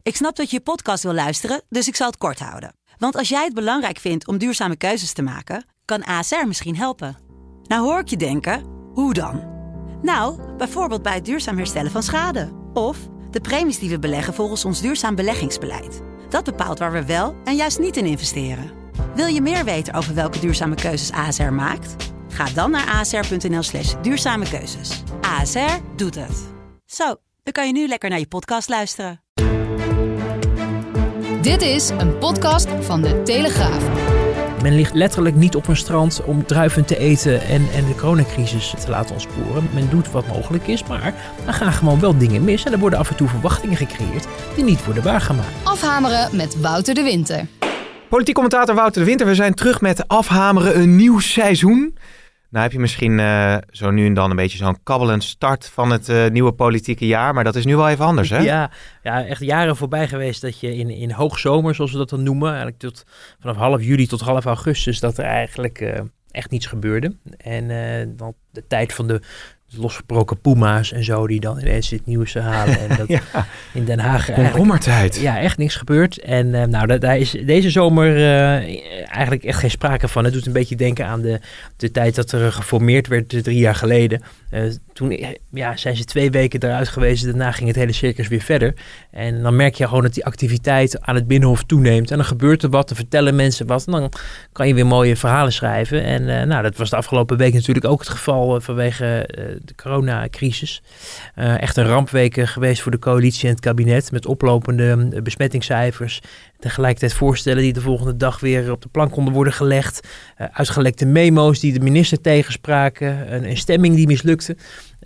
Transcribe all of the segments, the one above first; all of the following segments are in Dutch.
Ik snap dat je podcast wil luisteren, dus ik zal het kort houden. Want als jij het belangrijk vindt om duurzame keuzes te maken, kan ASR misschien helpen. Nou hoor ik je denken, hoe dan? Nou, bijvoorbeeld bij het duurzaam herstellen van schade. Of de premies die we beleggen volgens ons duurzaam beleggingsbeleid. Dat bepaalt waar we wel en juist niet in investeren. Wil je meer weten over welke duurzame keuzes ASR maakt? Ga dan naar asr.nl/duurzame keuzes. ASR doet het. Zo, dan kan je nu lekker naar je podcast luisteren. Dit is een podcast van De Telegraaf. Men ligt letterlijk niet op een strand om druiven te eten en de coronacrisis te laten ontsporen. Men doet wat mogelijk is, maar er gaan gewoon wel dingen mis. En er worden af en toe verwachtingen gecreëerd die niet worden waargemaakt. Afhameren met Wouter de Winter. Politiek commentator Wouter de Winter. We zijn terug met Afhameren, een nieuw seizoen. Nou heb je misschien zo nu en dan een beetje zo'n kabbelend start van het nieuwe politieke jaar. Maar dat is nu wel even anders, hè? Ja, echt jaren voorbij geweest dat je in hoogzomer, zoals we dat dan noemen, eigenlijk vanaf half juli tot half augustus, dat er eigenlijk echt niets gebeurde. En dan de tijd van de losgebroken puma's en zo, die dan ineens het nieuws halen. En dat in Den Haag komkommertijd. Ja, echt niks gebeurd. En daar is deze zomer eigenlijk echt geen sprake van. Het doet een beetje denken aan de tijd dat er geformeerd werd 3 jaar geleden. Toen zijn ze 2 weken eruit geweest. Daarna ging het hele circus weer verder. En dan merk je gewoon dat die activiteit aan het Binnenhof toeneemt. En dan gebeurt er wat, dan vertellen mensen wat. En dan kan je weer mooie verhalen schrijven. En dat was de afgelopen week natuurlijk ook het geval vanwege de coronacrisis. Echt een rampweken geweest voor de coalitie en het kabinet. Met oplopende besmettingscijfers. Tegelijkertijd voorstellen die de volgende dag weer op de plank konden worden gelegd. Uitgelekte memo's die de minister tegenspraken. Een stemming die mislukte.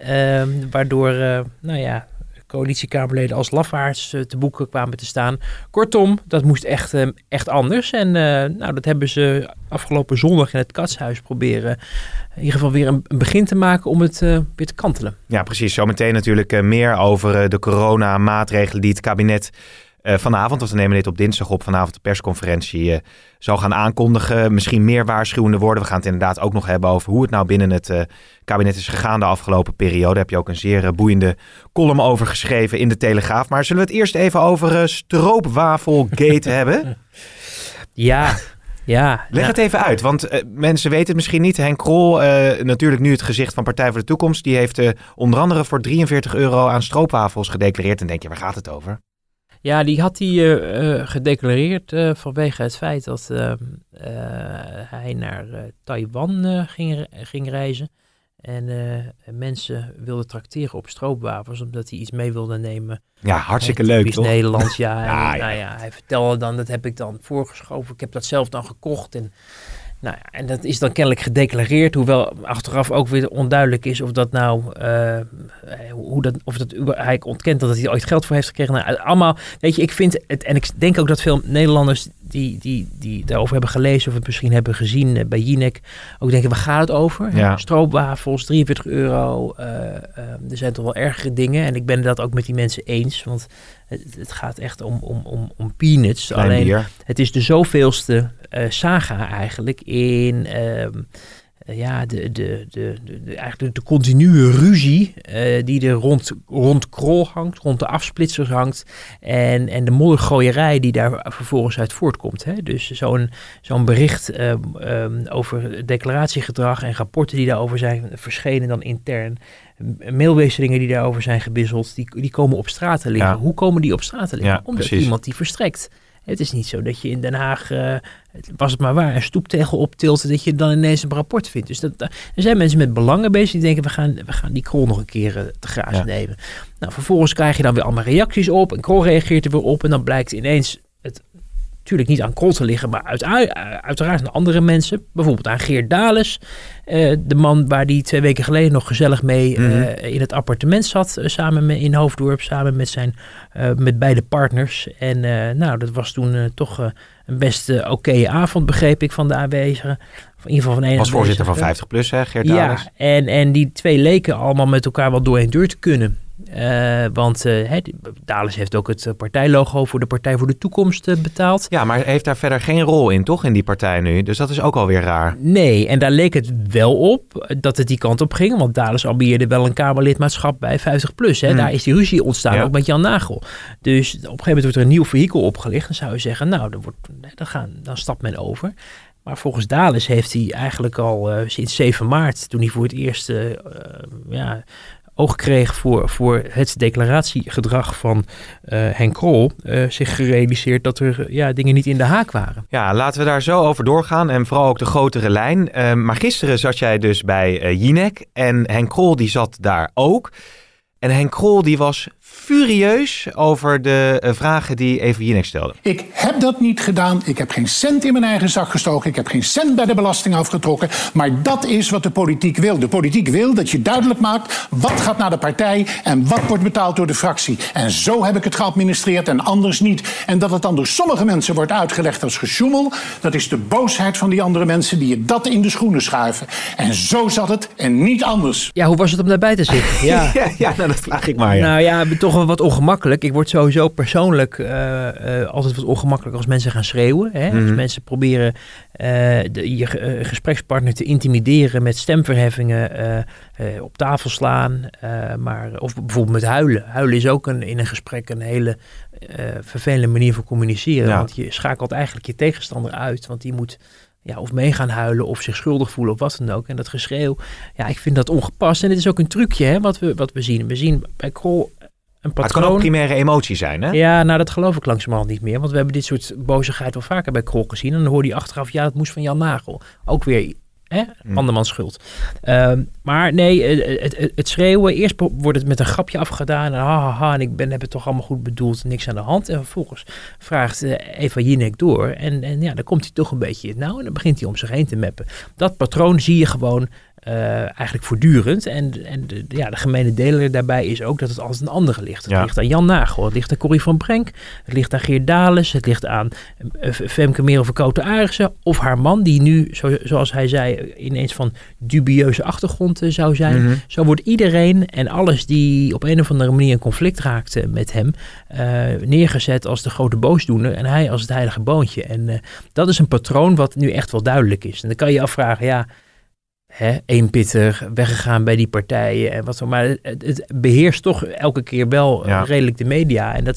Waardoor coalitiekamerleden als lafaards te boeken kwamen te staan. Kortom, dat moest echt anders. En dat hebben ze afgelopen zondag in het Katshuis proberen in ieder geval weer een begin te maken om het weer te kantelen. Ja, precies. Zometeen natuurlijk meer over de coronamaatregelen die het kabinet vanavond, want we nemen dit op dinsdag op, vanavond de persconferentie zal gaan aankondigen. Misschien meer waarschuwende woorden. We gaan het inderdaad ook nog hebben over hoe het nou binnen het kabinet is gegaan de afgelopen periode. Daar heb je ook een zeer boeiende column over geschreven in de Telegraaf. Maar zullen we het eerst even over stroopwafelgate hebben? Ja. Leg het even uit, want mensen weten het misschien niet. Henk Krol, natuurlijk nu het gezicht van Partij voor de Toekomst, die heeft onder andere voor €43 aan stroopwafels gedeclareerd. En denk je, waar gaat het over? Ja, die had hij gedeclareerd vanwege het feit dat hij naar Taiwan ging reizen. En mensen wilden trakteren op stroopwafels, omdat hij iets mee wilde nemen. Ja, hartstikke leuk, toch? Nederlands, hij vertelde dan, dat heb ik dan voorgeschoven. Ik heb dat zelf dan gekocht en dat is dan kennelijk gedeclareerd, hoewel achteraf ook weer onduidelijk is of dat nou, hij ontkent dat hij ooit geld voor heeft gekregen. Allemaal, weet je, ik vind het, en ik denk ook dat veel Nederlanders die daarover hebben gelezen of het misschien hebben gezien bij Jinek, ook denken, waar gaat het over? Ja. Stroopwafels, €43, er zijn toch wel ergere dingen en ik ben dat ook met die mensen eens, want het gaat echt om peanuts. Klein alleen bier. Het is de zoveelste saga eigenlijk in eigenlijk de continue ruzie die er rond Krol hangt, rond de afsplitsers hangt en de moddergooierij die daar vervolgens uit voortkomt. Hè? Dus zo'n bericht over declaratiegedrag en rapporten die daarover zijn verschenen dan intern, mailwisselingen die daarover zijn gewisseld, die komen op straat te liggen. Ja. Hoe komen die op straat te liggen? Ja, omdat precies. iemand die verstrekt. Het is niet zo dat je in Den Haag, was het maar waar, een stoeptegel optilt, dat je dan ineens een rapport vindt. Dus er zijn mensen met belangen bezig die denken, we gaan die Krol nog een keer te grazen nemen. Nou, vervolgens krijg je dan weer allemaal reacties op en Krol reageert er weer op en dan blijkt ineens het natuurlijk niet aan Krol te liggen, maar uiteraard aan andere mensen. Bijvoorbeeld aan Geert Dales, de man waar die 2 weken geleden nog gezellig mee in het appartement zat, samen in Hoofddorp, samen met beide partners. En dat was toen toch een best oké avond, begreep ik, van de aanwezigen. In ieder geval van was voorzitter van 50PLUS, hè, Geert Dales? Ja, en die 2 leken allemaal met elkaar wel door een deur te kunnen. Want Dales heeft ook het partijlogo voor de Partij voor de Toekomst betaald. Ja, maar heeft daar verder geen rol in, toch, in die partij nu? Dus dat is ook alweer raar. Nee, en daar leek het wel op dat het die kant op ging. Want Dales ambieerde wel een Kamerlidmaatschap bij 50PLUS. Daar is die ruzie ontstaan, ook met Jan Nagel. Dus op een gegeven moment wordt er een nieuw vehikel opgelicht. Dan zou je zeggen, nou, dan stapt men over. Maar volgens Dales heeft hij eigenlijk al sinds 7 maart, toen hij voor het eerst oog kreeg voor het declaratiegedrag van Henk Krol, zich gerealiseerd dat er dingen niet in de haak waren. Ja, laten we daar zo over doorgaan en vooral ook de grotere lijn. Maar gisteren zat jij dus bij Jinek en Henk Krol die zat daar ook. En Henk Krol die was furieus over de vragen die Eva Jinek stelde. Ik heb dat niet gedaan. Ik heb geen cent in mijn eigen zak gestoken. Ik heb geen cent bij de belasting afgetrokken. Maar dat is wat de politiek wil. De politiek wil dat je duidelijk maakt wat gaat naar de partij en wat wordt betaald door de fractie. En zo heb ik het geadministreerd en anders niet. En dat het dan door sommige mensen wordt uitgelegd als gesjoemel, dat is de boosheid van die andere mensen die je dat in de schoenen schuiven. En zo zat het en niet anders. Ja, hoe was het om daarbij te zitten? Ja, nou, dat vraag ik maar. Ja. Nou ja, toch wel wat ongemakkelijk. Ik word sowieso persoonlijk altijd wat ongemakkelijk als mensen gaan schreeuwen. Hè? Als mensen proberen je gesprekspartner te intimideren met stemverheffingen, op tafel slaan. Of bijvoorbeeld met huilen. Huilen is ook in een gesprek een hele vervelende manier van communiceren. Ja. Want je schakelt eigenlijk je tegenstander uit. Want die moet of mee gaan huilen of zich schuldig voelen of wat dan ook. En dat geschreeuw, ik vind dat ongepast. En het is ook een trucje wat we zien. We zien bij Krol een patroon. Maar het kan ook primaire emotie zijn, hè? Ja, nou dat geloof ik langzamerhand niet meer. Want we hebben dit soort bozigheid wel vaker bij Krol gezien. En dan hoor je achteraf, dat moest van Jan Nagel. Ook weer andermans schuld. Maar nee, het schreeuwen. Eerst wordt het met een grapje afgedaan. En en heb het toch allemaal goed bedoeld. Niks aan de hand. En vervolgens vraagt Eva Jinek door. En dan komt hij toch een beetje in het nauw. En dan begint hij om zich heen te meppen. Dat patroon zie je gewoon eigenlijk voortdurend. En de gemene deler daarbij is ook dat het als een andere ligt. Het ligt aan Jan Nagel. Het ligt aan Corrie van Brenk. Het ligt aan Geert Dales. Het ligt aan Femke Merel-Verkoten Arissen. Of haar man die nu, zoals hij zei, ineens van dubieuze achtergrond zou zijn. Mm-hmm. Zo wordt iedereen en alles die op een of andere manier in conflict raakte met hem neergezet als de grote boosdoener en hij als het heilige boontje. En dat is een patroon wat nu echt wel duidelijk is. En dan kan je je afvragen, eenpittig, weggegaan bij die partijen en wat zo. Maar het beheerst toch elke keer wel redelijk de media. En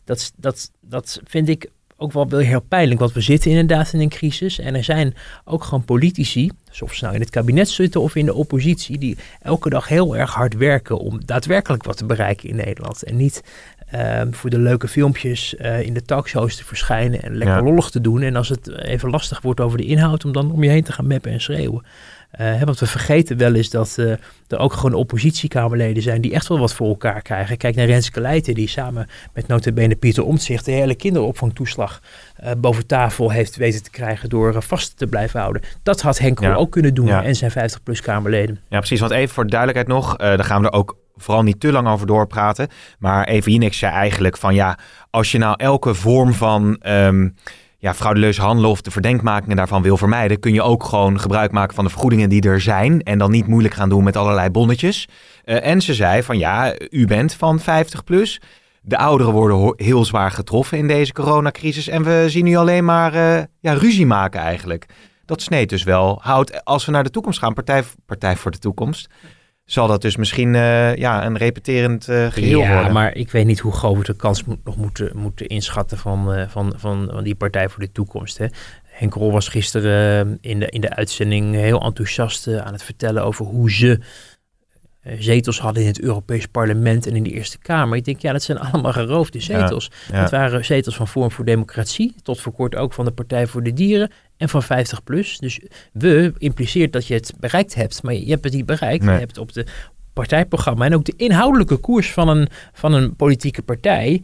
dat vind ik ook wel heel pijnlijk, want we zitten inderdaad in een crisis. En er zijn ook gewoon politici, of ze nou in het kabinet zitten of in de oppositie, die elke dag heel erg hard werken om daadwerkelijk wat te bereiken in Nederland. En niet voor de leuke filmpjes in de talkshows te verschijnen en lekker lollig te doen. En als het even lastig wordt over de inhoud, om dan om je heen te gaan meppen en schreeuwen. Want we vergeten wel eens dat er ook gewoon oppositiekamerleden zijn die echt wel wat voor elkaar krijgen. Kijk naar Renske Leijten, die samen met nota bene Pieter Omtzigt de hele kinderopvangtoeslag boven tafel heeft weten te krijgen door vast te blijven houden. Dat had Henk Krol ook kunnen doen en zijn 50PLUS kamerleden. Ja, precies. Want even voor de duidelijkheid nog, daar gaan we er ook vooral niet te lang over doorpraten. Maar Eva Jinek zei eigenlijk van als je nou elke vorm van frauduleus handelen of de verdenkmakingen daarvan wil vermijden, kun je ook gewoon gebruik maken van de vergoedingen die er zijn en dan niet moeilijk gaan doen met allerlei bonnetjes. En ze zei van u bent van 50PLUS. De ouderen worden heel zwaar getroffen in deze coronacrisis en we zien nu alleen maar ruzie maken eigenlijk. Dat sneed dus wel hout. Als we naar de toekomst gaan, Partij voor de Toekomst, zal dat dus misschien een repeterend geheel worden. Ja, maar ik weet niet hoe groot de kans nog moeten inschatten van die Partij voor de Toekomst. Hè. Henk Krol was gisteren in de uitzending heel enthousiast aan het vertellen over hoe ze zetels hadden in het Europees Parlement en in de Eerste Kamer. Ik denk, dat zijn allemaal geroofde zetels. Ja. Het waren zetels van Forum voor Democratie, tot voor kort ook van de Partij voor de Dieren en van 50PLUS. Dus impliceert dat je het bereikt hebt, maar je hebt het niet bereikt. Nee. Je hebt op de partijprogramma en ook de inhoudelijke koers van een politieke partij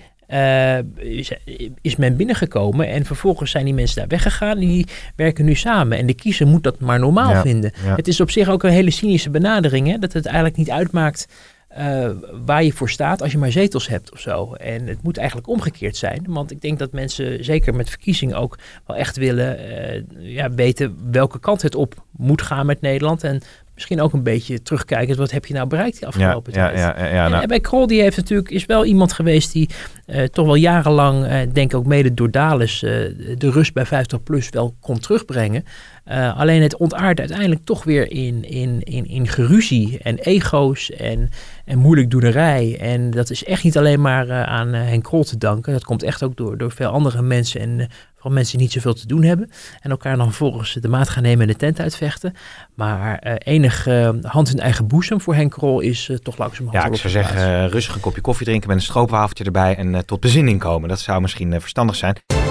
is men binnengekomen en vervolgens zijn die mensen daar weggegaan en die werken nu samen. En de kiezer moet dat maar normaal vinden. Ja. Het is op zich ook een hele cynische benadering, hè, dat het eigenlijk niet uitmaakt waar je voor staat als je maar zetels hebt of zo. En het moet eigenlijk omgekeerd zijn, want ik denk dat mensen zeker met verkiezingen ook wel echt willen weten welke kant het op moet gaan met Nederland en misschien ook een beetje terugkijkend. Wat heb je nou bereikt die afgelopen tijd? Ja. Bij Krol is wel iemand geweest die toch wel jarenlang, denk ook mede door Dales, de rust bij 50PLUS wel kon terugbrengen. Alleen het ontaardt uiteindelijk toch weer in geruzie en ego's en moeilijkdoenerij. En dat is echt niet alleen maar aan Henk Krol te danken. Dat komt echt ook door veel andere mensen en vooral mensen die niet zoveel te doen hebben. En elkaar dan vervolgens de maat gaan nemen en de tent uitvechten. Maar enig hand in eigen boezem voor Henk Krol is toch langzamerhand. Ja, ik zou zeggen rustig een kopje koffie drinken met een stroopwafeltje erbij en tot bezinning komen. Dat zou misschien verstandig zijn.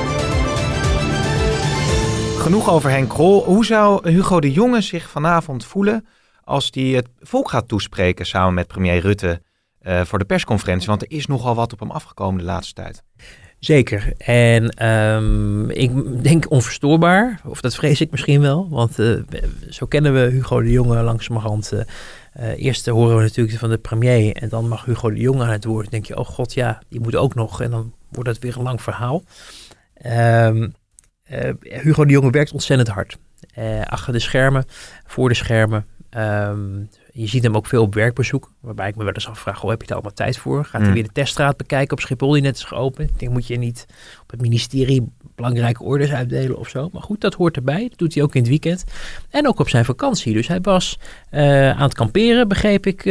Genoeg over Henk Krol. Hoe zou Hugo de Jonge zich vanavond voelen als hij het volk gaat toespreken samen met premier Rutte voor de persconferentie? Want er is nogal wat op hem afgekomen de laatste tijd. Zeker. En ik denk onverstoorbaar, of dat vrees ik misschien wel. Want zo kennen we Hugo de Jonge langzamerhand. Eerst horen we natuurlijk van de premier en dan mag Hugo de Jonge aan het woord. Dan denk je, oh god ja, die moet ook nog. En dan wordt het weer een lang verhaal. Hugo de Jonge werkt ontzettend hard. Achter de schermen, voor de schermen. Je ziet hem ook veel op werkbezoek. Waarbij ik me wel eens afvraag, heb je daar allemaal tijd voor? Gaat hij weer de teststraat bekijken op Schiphol die net is geopend? Ik denk, moet je niet op het ministerie belangrijke orders uitdelen of zo? Maar goed, dat hoort erbij. Dat doet hij ook in het weekend. En ook op zijn vakantie. Dus hij was aan het kamperen, begreep ik,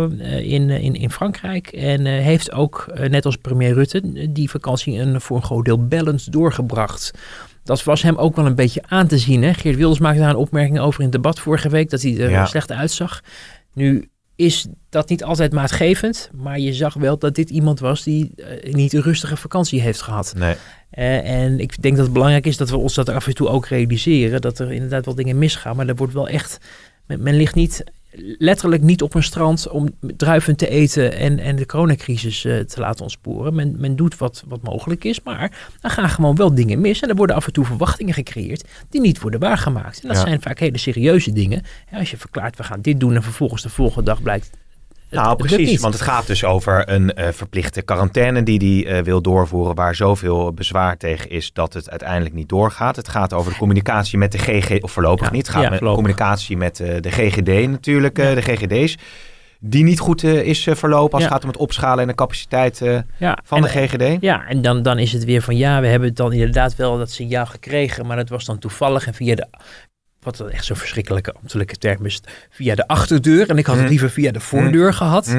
in Frankrijk. En heeft ook, net als premier Rutte, die vakantie voor een groot deel bellend doorgebracht. Dat was hem ook wel een beetje aan te zien. Hè? Geert Wilders maakte daar een opmerking over in het debat vorige week, dat hij er slecht uitzag. Nu is dat niet altijd maatgevend, maar je zag wel dat dit iemand was die niet een rustige vakantie heeft gehad. Nee. En ik denk dat het belangrijk is dat we ons dat af en toe ook realiseren, dat er inderdaad wel dingen misgaan, maar er wordt wel echt, men ligt niet letterlijk niet op een strand om druiven te eten en de coronacrisis te laten ontsporen. Men doet wat mogelijk is, maar dan gaan gewoon wel dingen mis. En er worden af en toe verwachtingen gecreëerd die niet worden waargemaakt. En dat zijn vaak hele serieuze dingen. Ja, als je verklaart, we gaan dit doen en vervolgens de volgende dag blijkt precies, want het gaat dus over een verplichte quarantaine die hij wil doorvoeren, waar zoveel bezwaar tegen is dat het uiteindelijk niet doorgaat. Het gaat over de communicatie met de GGD, of voorlopig niet. Het gaat met communicatie met de GGD natuurlijk, de GGD's. Die niet goed is verlopen als het gaat om het opschalen en de capaciteit van de GGD. Ja, en dan is het weer van we hebben dan inderdaad wel dat signaal gekregen, maar dat was dan toevallig en via wat dan echt zo'n verschrikkelijke ambtelijke term is, via de achterdeur. En ik had het liever via de voordeur gehad.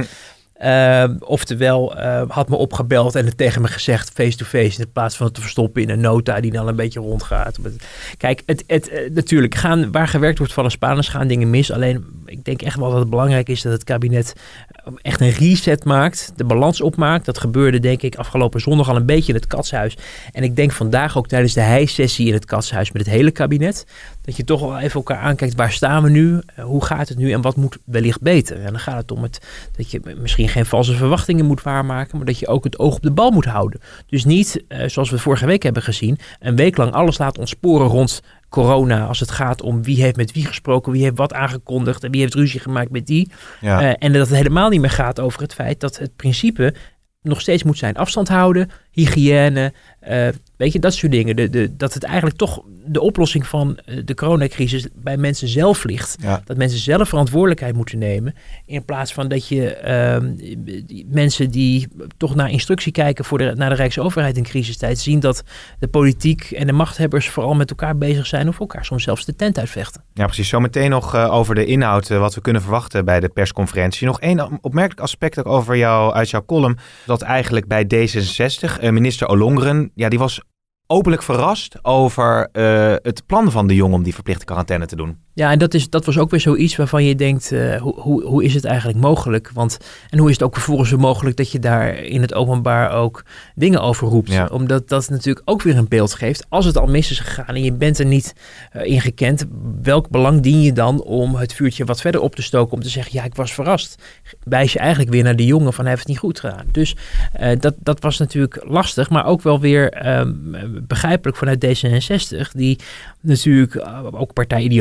Oftewel, had me opgebeld en het tegen me gezegd face-to-face in plaats van het te verstoppen in een nota die dan een beetje rondgaat. Kijk, natuurlijk, waar gewerkt wordt van de Spaanders gaan dingen mis. Alleen, ik denk echt wel dat het belangrijk is dat het kabinet echt een reset maakt, de balans opmaakt. Dat gebeurde, denk ik, afgelopen zondag al een beetje in het Katshuis. En ik denk vandaag ook tijdens de heissessie in het Katshuis met het hele kabinet, dat je toch wel even elkaar aankijkt, waar staan we nu, hoe gaat het nu en wat moet wellicht beter. En dan gaat het om dat je misschien geen valse verwachtingen moet waarmaken, maar dat je ook het oog op de bal moet houden. Dus niet, zoals we vorige week hebben gezien, een week lang alles laat ontsporen rond corona, als het gaat om wie heeft met wie gesproken, wie heeft wat aangekondigd en wie heeft ruzie gemaakt met die. Ja. En dat het helemaal niet meer gaat over het feit dat het principe nog steeds moet zijn afstand houden, hygiëne, weet je, dat soort dingen. Dat het eigenlijk toch de oplossing van de coronacrisis bij mensen zelf ligt. Ja. Dat mensen zelf verantwoordelijkheid moeten nemen. In plaats van dat je mensen die toch naar instructie kijken naar de Rijksoverheid in crisistijd zien dat de politiek en de machthebbers vooral met elkaar bezig zijn of elkaar soms zelfs de tent uitvechten. Ja, precies. Zometeen nog over de inhoud, wat we kunnen verwachten bij de persconferentie. Nog één opmerkelijk aspect ook uit jouw column. Dat eigenlijk bij D66, minister Ollongren, die was openlijk verrast over het plan van de Jong om die verplichte quarantaine te doen. Ja, en dat was ook weer zoiets waarvan je denkt, hoe is het eigenlijk mogelijk? En hoe is het ook vervolgens zo mogelijk dat je daar in het openbaar ook dingen over roept? Ja. Omdat dat natuurlijk ook weer een beeld geeft. Als het al mis is gegaan en je bent er niet in gekend, welk belang dien je dan om het vuurtje wat verder op te stoken? Om te zeggen, ik was verrast. Wijs je eigenlijk weer naar de jongen van hij heeft het niet goed gedaan. Dus dat was natuurlijk lastig, maar ook wel weer begrijpelijk vanuit D66. Die natuurlijk ook partijideologisch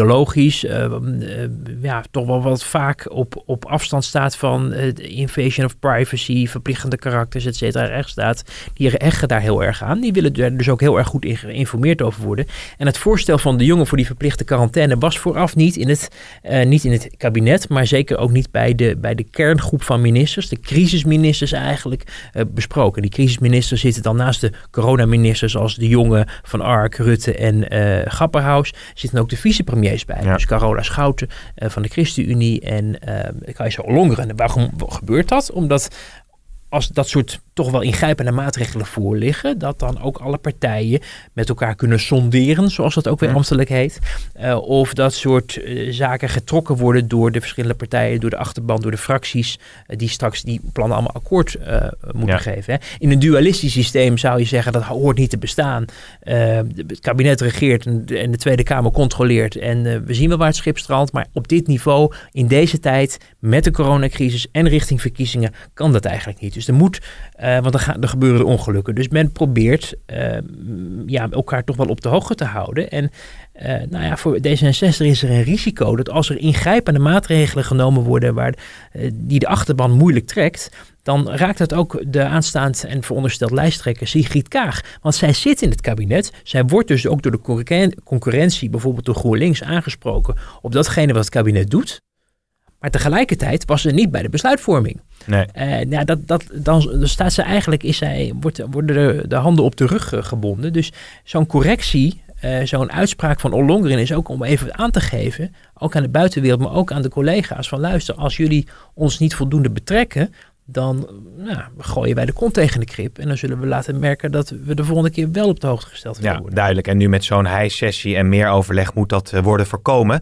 ideologisch toch wel wat vaak op afstand staat van invasion of privacy, verplichtende karakters, et cetera, rechtsstaat, die hechten daar heel erg aan. Die willen er dus ook heel erg goed in geïnformeerd over worden. En het voorstel van De Jonge voor die verplichte quarantaine was vooraf niet in het kabinet, maar zeker ook niet bij de kerngroep van ministers, de crisisministers eigenlijk, besproken. Die crisisministers zitten dan naast de coronaministers als De Jonge, Van Ark, Rutte en Grapperhaus, zitten ook de vicepremiers bij. Ja. Dus Carola Schouten van de ChristenUnie en Kajsa Ollongren. En waarom gebeurt dat? Omdat als dat soort toch wel ingrijpende maatregelen voorliggen, dat dan ook alle partijen met elkaar kunnen sonderen, zoals dat ook weer ambtelijk heet. Of dat soort zaken getrokken worden door de verschillende partijen, door de achterban, door de fracties, die straks die plannen allemaal akkoord moeten geven. Hè. In een dualistisch systeem zou je zeggen, dat hoort niet te bestaan. Het kabinet regeert en de Tweede Kamer controleert en we zien wel waar het schip strandt. Maar op dit niveau, in deze tijd, met de coronacrisis en richting verkiezingen, kan dat eigenlijk niet. Dus er moet, want er gebeuren ongelukken. Dus men probeert elkaar toch wel op de hoogte te houden. En voor D66 is er een risico dat als er ingrijpende maatregelen genomen worden die de achterban moeilijk trekt, dan raakt dat ook de aanstaand en verondersteld lijsttrekker Sigrid Kaag. Want zij zit in het kabinet. Zij wordt dus ook door de concurrentie, bijvoorbeeld door GroenLinks, aangesproken op datgene wat het kabinet doet. Maar tegelijkertijd was ze niet bij de besluitvorming. Nee. Dan staat ze eigenlijk, worden de handen op de rug gebonden. Dus zo'n correctie, zo'n uitspraak van Ollongren is ook om even aan te geven, ook aan de buitenwereld, maar ook aan de collega's, van luister, als jullie ons niet voldoende betrekken, dan gooien wij de kont tegen de krip. En dan zullen we laten merken dat we de volgende keer wel op de hoogte gesteld willen worden. Duidelijk. En nu met zo'n hijsessie en meer overleg moet dat worden voorkomen.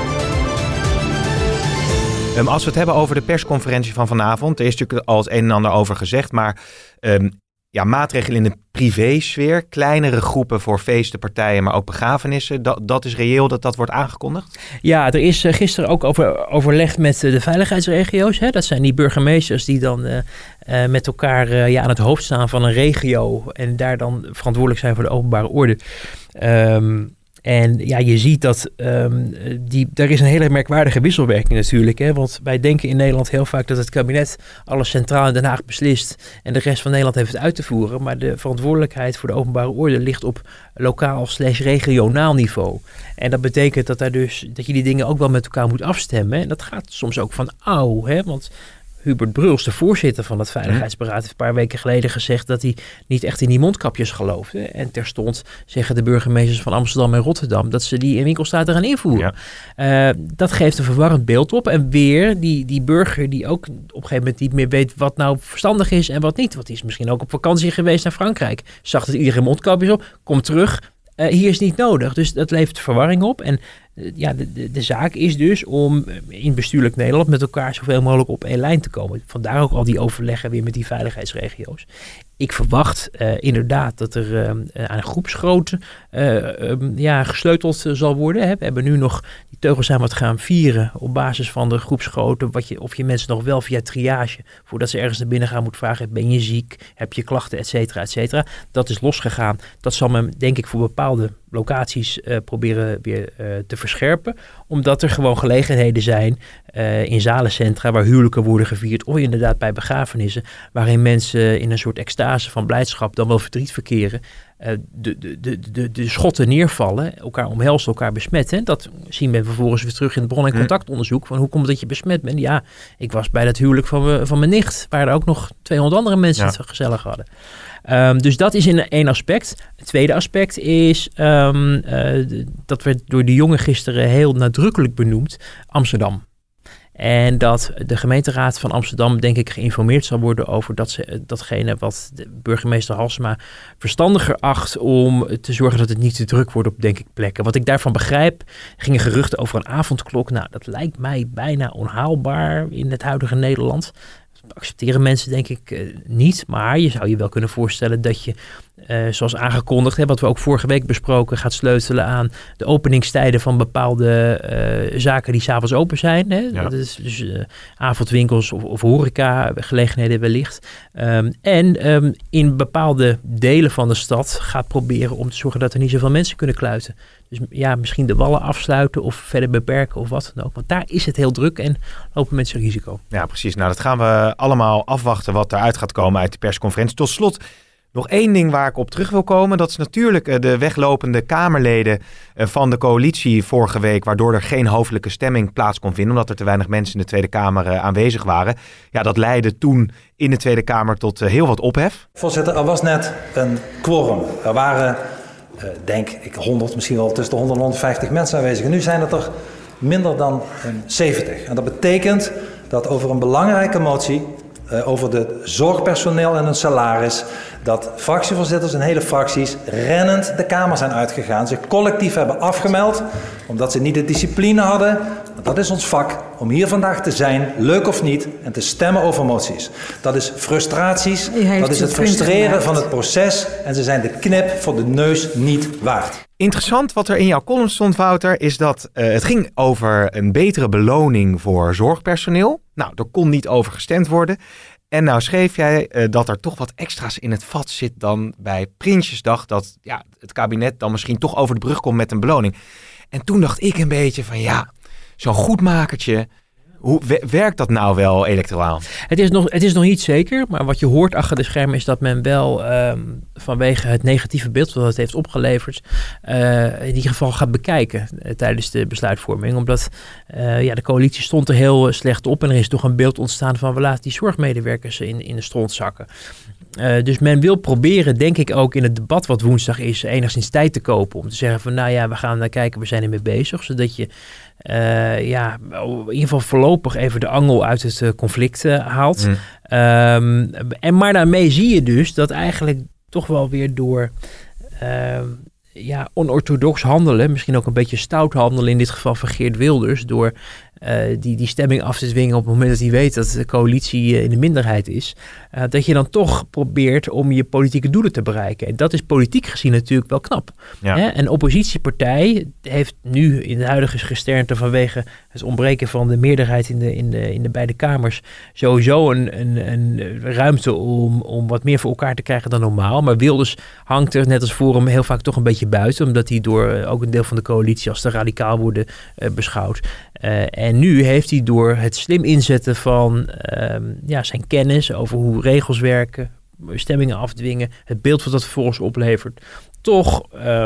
Als we het hebben over de persconferentie van vanavond, er is natuurlijk al het een en ander over gezegd, maar maatregelen in de privésfeer, kleinere groepen voor feesten, partijen, maar ook begrafenissen, dat is reëel dat wordt aangekondigd? Ja, er is gisteren ook overlegd met de veiligheidsregio's. Hè? Dat zijn die burgemeesters die dan met elkaar aan het hoofd staan van een regio en daar dan verantwoordelijk zijn voor de openbare orde. En je ziet dat er is een hele merkwaardige wisselwerking natuurlijk. Hè? Want wij denken in Nederland heel vaak dat het kabinet alles centraal in Den Haag beslist en de rest van Nederland heeft het uit te voeren. Maar de verantwoordelijkheid voor de openbare orde ligt op lokaal/regionaal niveau. En dat betekent dat je die dingen ook wel met elkaar moet afstemmen. En dat gaat soms ook van hè? Want Hubert Bruls, de voorzitter van het Veiligheidsberaad, heeft een paar weken geleden gezegd dat hij niet echt in die mondkapjes geloofde. En terstond zeggen de burgemeesters van Amsterdam en Rotterdam dat ze die in winkelstraten gaan invoeren. Ja. Dat geeft een verwarrend beeld op. En weer die burger die ook op een gegeven moment niet meer weet wat nou verstandig is en wat niet. Want die is misschien ook op vakantie geweest naar Frankrijk. Zag dat iedereen mondkapjes op, komt terug. Hier is niet nodig. Dus dat levert verwarring op. En de zaak is dus om in bestuurlijk Nederland met elkaar zoveel mogelijk op één lijn te komen. Vandaar ook al die overleggen weer met die veiligheidsregio's. Ik verwacht inderdaad dat er aan groepsgrootte gesleuteld zal worden. Hè. We hebben nu nog die teugels aan wat gaan vieren op basis van de groepsgrootte. Of je mensen nog wel via triage, voordat ze ergens naar binnen gaan, moet vragen: ben je ziek? Heb je klachten? Et cetera, et cetera. Dat is losgegaan. Dat zal men, denk ik, voor bepaalde locaties proberen weer te verscherpen. Omdat er gewoon gelegenheden zijn in zalencentra waar huwelijken worden gevierd. Of inderdaad bij begrafenissen. Waarin mensen in een soort extase van blijdschap dan wel verdriet verkeren. De schotten neervallen, elkaar omhelzen, elkaar besmetten. Dat zien we vervolgens weer terug in het bron- en contactonderzoek. Van hoe komt het dat je besmet bent? Ja, ik was bij dat huwelijk van mijn nicht. Waar er ook nog 200 andere mensen het gezellig hadden. Dus dat is in één aspect. Het tweede aspect is, dat werd door de jongen gisteren heel nadrukkelijk benoemd, Amsterdam. En dat de gemeenteraad van Amsterdam, denk ik, geïnformeerd zal worden over datgene wat de burgemeester Halsema verstandiger acht om te zorgen dat het niet te druk wordt op, denk ik, plekken. Wat ik daarvan begrijp, gingen geruchten over een avondklok. Nou, dat lijkt mij bijna onhaalbaar in het huidige Nederland. Dat accepteren mensen, denk ik, niet. Maar je zou je wel kunnen voorstellen dat je zoals aangekondigd, wat we ook vorige week besproken, gaat sleutelen aan de openingstijden van bepaalde zaken die 's avonds open zijn. Hè? Ja. Dat is dus avondwinkels of horeca, gelegenheden wellicht. En in bepaalde delen van de stad gaat proberen om te zorgen dat er niet zoveel mensen kunnen kluiten. Dus ja, misschien de wallen afsluiten of verder beperken of wat dan ook. Want daar is het heel druk en lopen mensen risico. Ja, precies. Nou, dat gaan we allemaal afwachten wat eruit gaat komen uit de persconferentie. Tot slot nog één ding waar ik op terug wil komen. Dat is natuurlijk de weglopende Kamerleden van de coalitie vorige week, waardoor er geen hoofdelijke stemming plaats kon vinden, omdat er te weinig mensen in de Tweede Kamer aanwezig waren. Ja, dat leidde toen in de Tweede Kamer tot heel wat ophef. Voorzitter, er was net een quorum. Er waren, denk ik, 100, misschien wel tussen de 100 en 150 mensen aanwezig. En nu zijn het er minder dan 70. En dat betekent dat over een belangrijke motie, over de zorgpersoneel en hun salaris, dat fractievoorzitters en hele fracties rennend de Kamer zijn uitgegaan, zich collectief hebben afgemeld, omdat ze niet de discipline hadden. Dat is ons vak, om hier vandaag te zijn, leuk of niet, en te stemmen over moties. Dat is frustraties, dat is het frustreren van het proces en ze zijn de knip voor de neus niet waard. Interessant wat er in jouw column stond, Wouter, is dat het ging over een betere beloning voor zorgpersoneel. Nou, er kon niet over gestemd worden. En nou schreef jij dat er toch wat extra's in het vat zit dan bij Prinsjesdag, dat het kabinet dan misschien toch over de brug komt met een beloning. En toen dacht ik een beetje van zo'n goedmakertje, hoe werkt dat nou wel electoraal? Het is nog niet zeker, maar wat je hoort achter de schermen is dat men wel vanwege het negatieve beeld dat het heeft opgeleverd, in ieder geval gaat bekijken tijdens de besluitvorming. Omdat de coalitie stond er heel slecht op en er is toch een beeld ontstaan van we laten die zorgmedewerkers in de stront zakken. Dus men wil proberen, denk ik ook in het debat wat woensdag is, enigszins tijd te kopen om te zeggen van we gaan kijken, we zijn ermee bezig, zodat je in ieder geval voorlopig even de angel uit het conflict haalt. Maar daarmee zie je dus dat eigenlijk toch wel weer door onorthodox handelen, misschien ook een beetje stout handelen, in dit geval van Geert Wilders, door die stemming af te dwingen op het moment dat hij weet dat de coalitie in de minderheid is, dat je dan toch probeert om je politieke doelen te bereiken. En dat is politiek gezien natuurlijk wel knap. Ja. Hè? Een oppositiepartij heeft nu in de huidige gesternte vanwege het ontbreken van de meerderheid in de beide kamers sowieso een ruimte om wat meer voor elkaar te krijgen dan normaal. Maar Wilders hangt er net als Forum heel vaak toch een beetje buiten, omdat hij door ook een deel van de coalitie als te radicaal worden beschouwd. En nu heeft hij door het slim inzetten van zijn kennis over hoe regels werken, stemmingen afdwingen, het beeld wat dat vervolgens oplevert, toch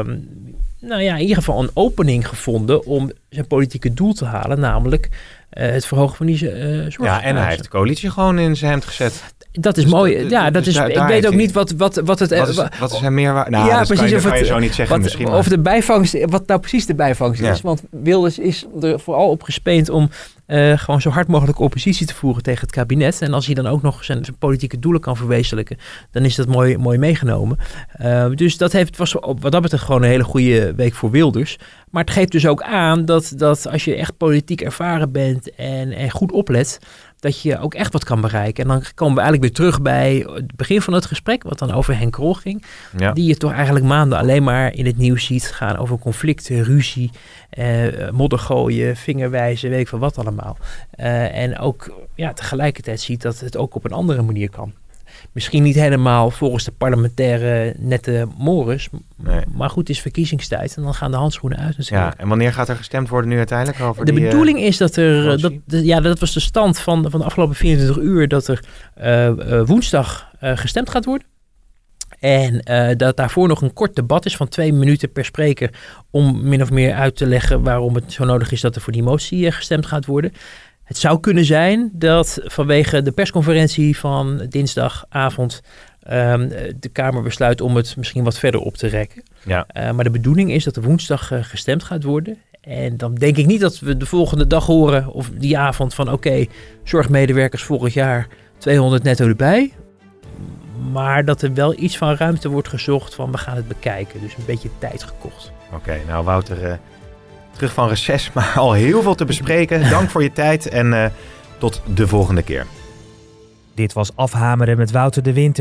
in ieder geval een opening gevonden om zijn politieke doel te halen, namelijk het verhogen van die zorg. Ja, en hij heeft de coalitie gewoon in zijn hemd gezet. Dat is dus mooi. Ik weet ook niet wat het... Wat is er meer... Nou, ja, precies. Dat kan je zo niet zeggen misschien. Of de bijvangst, wat nou precies de bijvangst is. Want Wilders is er vooral op gespeend om gewoon zo hard mogelijk oppositie te voeren tegen het kabinet. En als hij dan ook nog zijn politieke doelen kan verwezenlijken, dan is dat mooi meegenomen. Dus was wat dat betreft gewoon een hele goede week voor Wilders. Maar het geeft dus ook aan dat als je echt politiek ervaren bent en goed oplet, dat je ook echt wat kan bereiken. En dan komen we eigenlijk weer terug bij het begin van het gesprek, wat dan over Henk Krol ging. Ja. Die je toch eigenlijk maanden alleen maar in het nieuws ziet gaan over conflicten, ruzie, modder gooien, vingerwijzen, weet ik veel wat allemaal. En ook tegelijkertijd ziet dat het ook op een andere manier kan. Misschien niet helemaal volgens de parlementaire nette mores. Nee. Maar goed, het is verkiezingstijd en dan gaan de handschoenen uit natuurlijk. Ja, en wanneer gaat er gestemd worden nu uiteindelijk over de bedoeling is dat er... Dat was de stand van de afgelopen 24 uur, dat er woensdag gestemd gaat worden. En dat daarvoor nog een kort debat is van 2 minuten per spreker om min of meer uit te leggen waarom het zo nodig is dat er voor die motie gestemd gaat worden. Het zou kunnen zijn dat vanwege de persconferentie van dinsdagavond de Kamer besluit om het misschien wat verder op te rekken. Ja. Maar de bedoeling is dat er woensdag gestemd gaat worden. En dan denk ik niet dat we de volgende dag horen of die avond van oké, zorgmedewerkers volgend jaar 200 netto erbij. Maar dat er wel iets van ruimte wordt gezocht van we gaan het bekijken. Dus een beetje tijd gekocht. Oké, nou Wouter, terug van reces, maar al heel veel te bespreken. Dank voor je tijd en tot de volgende keer. Dit was Afhameren met Wouter de Winter.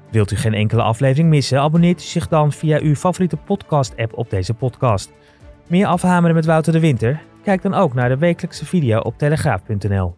Wilt u geen enkele aflevering missen? Abonneert u zich dan via uw favoriete podcast-app op deze podcast. Meer afhameren met Wouter de Winter? Kijk dan ook naar de wekelijkse video op telegraaf.nl.